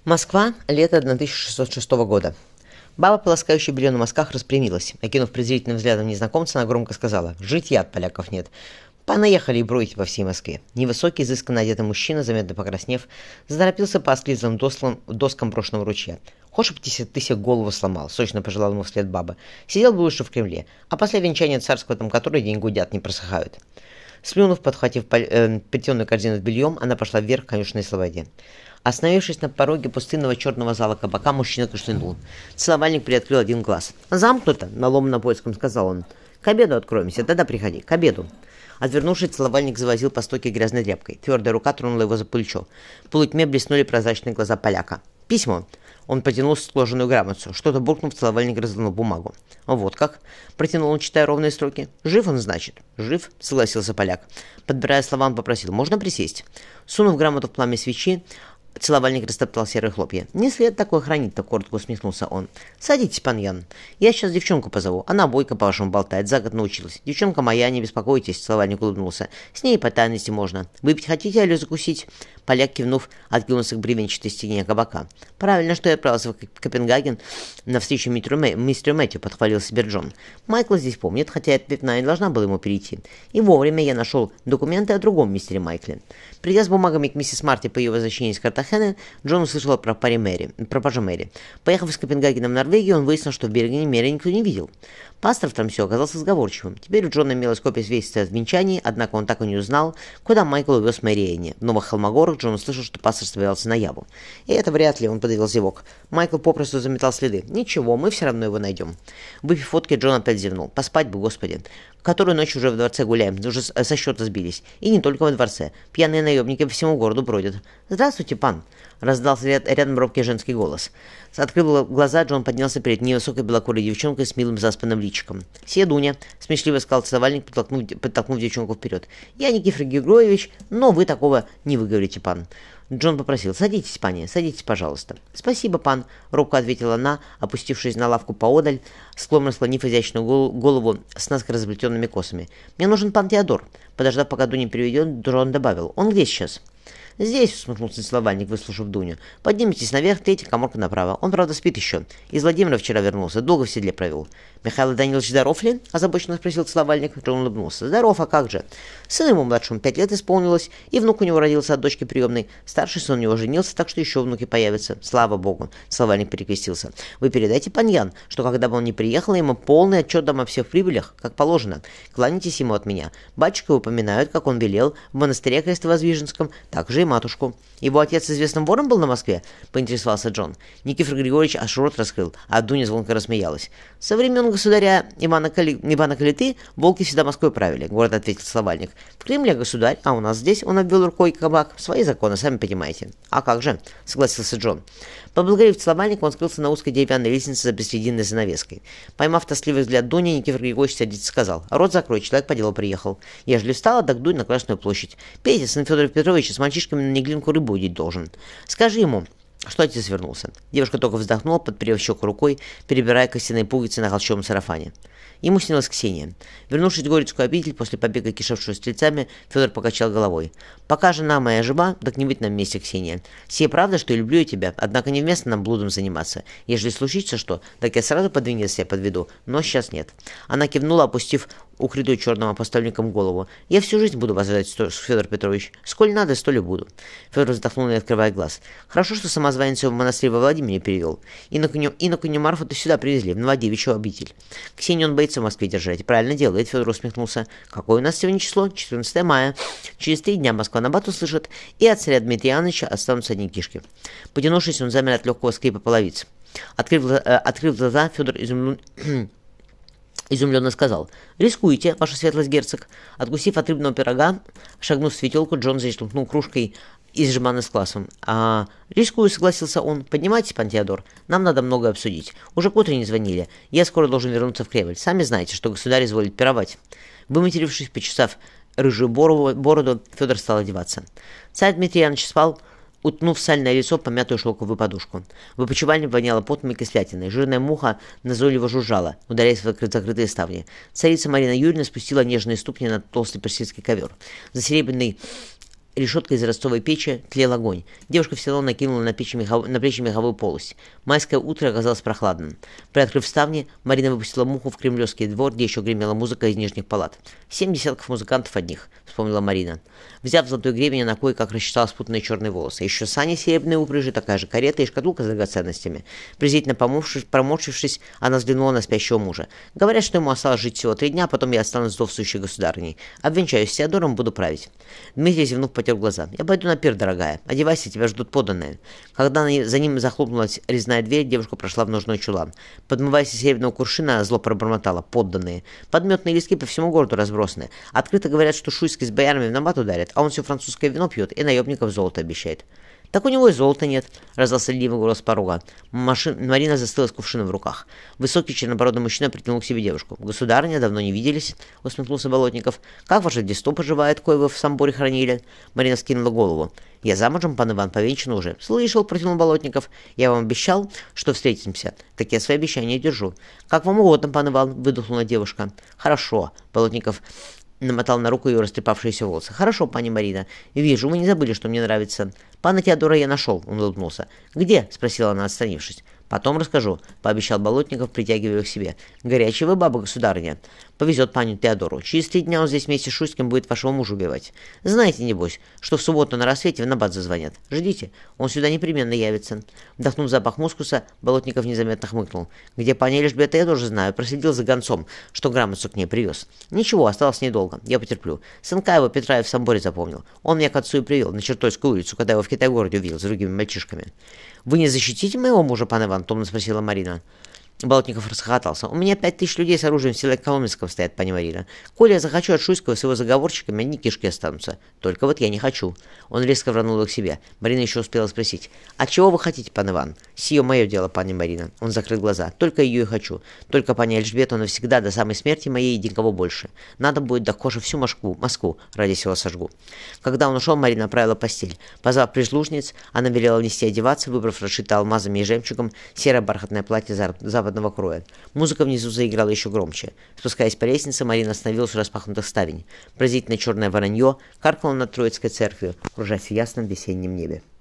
Москва, лето 1606 года. Баба, полоскающая белье на мазках, распрямилась. Окинув презрительным взглядом незнакомца, она громко сказала: «Житья от поляков нет. Понаехали и бруйте по всей Москве». Невысокий, изысканно одетый мужчина, заметно покраснев, заторопился по осклизлым доскам брошенного ручья. «Хошь б ты себе голову сломал», — сочно пожелал ему вслед баба. «Сидел бы лучше в Кремле, а после венчания царского там который день гудят, не просыхают». Сплюнув, подхватив плетеную корзину с бельем, она пошла вверх к конюшенной слободе. Остановившись на пороге пустынного черного зала кабака, мужчина кашлянул. Целовальник приоткрыл один глаз. «Замкнуто», — на ломаном польском сказал он. «К обеду откроемся, тогда приходи, к обеду». Отвернувшись, целовальник завозил по стойке грязной тряпкой. Твердая рука тронула его за плечо. В полутьме блеснули прозрачные глаза поляка. «Письмо!» Он протянул сложенную грамоту. Что-то буркнув, целовальник развернул бумагу. «Вот как?» — протянул он, читая ровные строки. «Жив он, значит?» «Жив», — согласился поляк. Подбирая слова, он попросил: «Можно присесть?» Сунув грамоту в пламя свечи, целовальник растоптал серые хлопья. «Не след такой хранить-то», — коротко усмехнулся он. «Садитесь, пан Ян. Я сейчас девчонку позову. Она бойко по-вашему болтает, за год научилась. Девчонка моя, не беспокойтесь», — целовальник улыбнулся. «С ней по тайности можно. Выпить хотите или закусить?» Поляк, кивнув, откинулся к бревенчатой стене кабака. «Правильно, что я отправился в Копенгаген навстречу мистеру Мэтью», — подхвалил себе Джон. «Майкл здесь помнит, хотя эта пятна и должна была ему перейти. И вовремя я нашел документы о другом мистере Майкле». Придя с бумагами к миссис Марти по ее возвращении из Картахены, Джон услышал про паже Мэри. Поехав из Копенгагена в Норвегию, он выяснил, что в Бергене Мэри никто не видел. Пастор в Тромсе оказался сговорчивым. Теперь у Джона имелась копия свидетельства о венчании, однако он так и не узнал, куда Майкл увез Мэри Энни. В Новых Холмогорах Джон услышал, что пастор собирался на Яву. И это вряд ли, он подавил зевок. Майкл попросту заметал следы. «Ничего, мы все равно его найдем». Выпив водки, Джон опять зевнул. «Поспать бы, господи. Которую ночь уже в дворце гуляем, уже со счета сбились. И не только во дворце. Пьяные наемники по всему городу бродят». «Здравствуйте, пан!» — раздался рядом робкий женский голос. Открыл глаза, Джон поднялся перед невысокой белокурой девчонкой с милым заспанным личиком. «Сия Дуня», — смешливо сказал целовальник, подтолкнув девчонку вперед. «Я Никифор Григорьевич, но вы такого не выговорите, пан». Джон попросил: «Садитесь, пани, садитесь, пожалуйста». «Спасибо, пан», — робко ответила она, опустившись на лавку поодаль, скромно склонив изящную голову с наскоро разплетенными косами. «Мне нужен пан Теодор». Подождав, пока Дуня переведет, Джон добавил: «Он где сейчас?» «Здесь», — усмехнулся целовальник, выслушав Дуню. «Поднимитесь наверх, третья каморка направо. Он, правда, спит еще. Из Владимира вчера вернулся, долго в седле провел». «Михаил Данилович здоров ли?» — озабоченно спросил целовальник. Джон улыбнулся. «Здоров, а как же? Сыну ему младшему 5 лет исполнилось, и внук у него родился от дочки приемной. Старший сын у него женился, так что еще внуки появятся. Слава богу!» — целовальник перекрестился. «Вы передайте, пан Ян, что когда бы он ни приехал, ему полный отчет дам о всех прибылях, как положено. Кланяйтесь ему от меня. Батюшка упоминают, как он велел в монастыре Крестовоздвиженском, так же и матушку». «Его отец известным вором был на Москве?» — поинтересовался Джон. Никифор Григорьевич аж рот раскрыл, а Дуня звонко рассмеялась. «Со времен государя Ивана Калиты волки всегда Москвой правили», — гордо ответил словальник. «В Кремле государь, а у нас здесь», — он обвел рукой кабак, — «свои законы, сами понимаете». «А как же?» — согласился Джон. Поблагодарив целовальника, он скрылся на узкой деревянной лестнице за бессрединной занавеской. Поймав тоскливый взгляд Дуни, Никифор Григорьевич сердито сказал: «Рот закрой, человек по делу приехал. Ежели встала, так дуй на Красную площадь. Петя, сын Федора Петровича, с мальчишками на Неглинку рыбу удить должен. Скажи ему, что отец вернулся». Девушка только вздохнула, подперев щеку рукой, перебирая костяные пуговицы на холщовом сарафане. Ему снилась Ксения. Вернувшись в Горецкую обитель, после побега, кишевшего стрельцами, Федор покачал головой. «Пока жена моя жива, так не быть нам вместе, Ксения. Сие правда, что я люблю я тебя, однако не вместо нам блудом заниматься. Ежели случится что, так я сразу под венец себя подведу, но сейчас нет». Она кивнула, опустив укрытую черным апостольником голову. «Я всю жизнь буду вас ждать, Федор Петрович. Сколь надо, столь и буду». Федор вздохнул, не открывая глаз. «Хорошо, что самозванец его в монастырь во Владимире перевел. Инокуню Марфу-то сюда привезли, в Новодевичью обитель. Ксению он боится в Москве держать. Правильно делает», — Федор усмехнулся. «Какое у нас сегодня число? 14 мая. Через 3 дня Москва на бат услышит, и от царя Дмитрия Ивановича останутся одни кишки». Потянувшись, он замер от легкого скрипа половиц. Открыв глаза, Федор изумленно сказал: «Рискуете, ваша светлость герцог». Откусив от рыбного пирога, шагнув в светелку, Джон зачерпнул кружкой из жемана с квасом. «Рискую», — согласился он. «Поднимайтесь, пан Теодор. Нам надо много обсудить. Уже к утру не звонили. Я скоро должен вернуться в Кремль. Сами знаете, что государь изволит пировать». Выматерившись, почесав рыжую бороду, Федор стал одеваться. Царь Дмитрий Иванович спал, утнув сальное лицо в помятую шелковую подушку. В опочивальне воняло потом и кислятиной. Жирная муха назойливо жужжала, ударяясь в закрытые ставни. Царица Марина Юрьевна спустила нежные ступни на толстый персидский ковер. За серебряной решеткой из ростовой печи тлел огонь. Девушка все равно накинула на плечи меховую полость. Майское утро оказалось прохладным. Приоткрыв ставни, Марина выпустила муху в кремлевский двор, где еще гремела музыка из нижних палат. 7 десятков музыкантов одних, вспомнила Марина. Взяв золотой гребень, она кое-как рассчитала спутанные черные волосы. Еще сани серебряные упряжи, такая же карета и шкатулка с драгоценностями. Презрительно проморщившись, она взглянула на спящего мужа. Говорят, что ему осталось жить всего 3 дня, а потом я останусь вдовствующей государыней. Обвенчаюсь с Теодором, буду править. Дмитрий, зевнув, потер глаза. «Я пойду на пир, дорогая. Одевайся, тебя ждут подданные». Когда за ним захлопнулась резная дверь, девушка прошла в ножной чулан. Подмываясь из серебряного кувшина, зло пробормотала: «Подданные». Подметные листки по всему городу разбросаны. Открыто говорят, что Шуйский с боярами в набат ударит, а он все французское вино пьет и наемников золото обещает. «Так у него и золота нет», — раздался ленивый голос с порога. Марина застыла с кувшином в руках. Высокий чернобородый мужчина притянул к себе девушку. «Государыня, давно не виделись», — усмехнулся Болотников. «Как ваше детство поживает, кое вы в самборе хранили?» Марина скинула голову. «Я замужем, пан Иван, повенчан уже». «Слышал», — протянул Болотников. «Я вам обещал, что встретимся. Так я свои обещания держу». «Как вам угодно, пан Иван», — выдохнула девушка. «Хорошо», — Болотников намотал на руку ее растрепавшиеся волосы. «Хорошо, пани Марина. Вижу, вы не забыли, что мне нравится». «Пана Теодора я нашел», — он улыбнулся. «Где?» — спросила она, отстранившись. «Потом расскажу», — пообещал Болотников, притягивая к себе. «Горячая вы баба, государыня. Повезет паню Теодору. Через 3 дня он здесь вместе с Шуйским будет вашего мужа убивать. Знаете, небось, что в субботу на рассвете в набат зазвонят. Ждите, он сюда непременно явится». Вдохнув запах мускуса, Болотников незаметно хмыкнул. «Где паня Эльжбета, я тоже знаю. Проследил за гонцом, что грамоту к ней привез. Ничего, осталось недолго. Я потерплю. Сынка его Петра я в самборе запомнил. Он меня к отцу и привел на Чертольскую улицу, когда его в Китай-городе увидел с другими мальчишками». «Вы не защитите моего мужа, пан Иван?» — томно спросила Марина. Болотников расхохотался. «У меня 5000 людей с оружием в селе Коломенском стоят, пани Марина. Коли я захочу от Шуйского с его заговорщиками, одни кишки останутся. Только вот я не хочу». Он резко вернул их к себе. Марина еще успела спросить: «А чего вы хотите, пан Иван?» «Сие мое дело, пани Марина». Он закрыл глаза. «Только ее и хочу. Только пани Эльжбету навсегда, до самой смерти моей, и никого больше. Надо будет до кожи всю Москву ради сего сожгу». Когда он ушел, Марина оправила постель. Позвав прислужниц, она велела нести одеваться, выбрав расшитое алмазами и жемчугом серое бархатное платье западного кроя. Музыка внизу заиграла еще громче. Спускаясь по лестнице, Марина остановилась у распахнутых ставень. Поразительно черное воронье каркало над Троицкой церковью, кружась в ясном весеннем небе.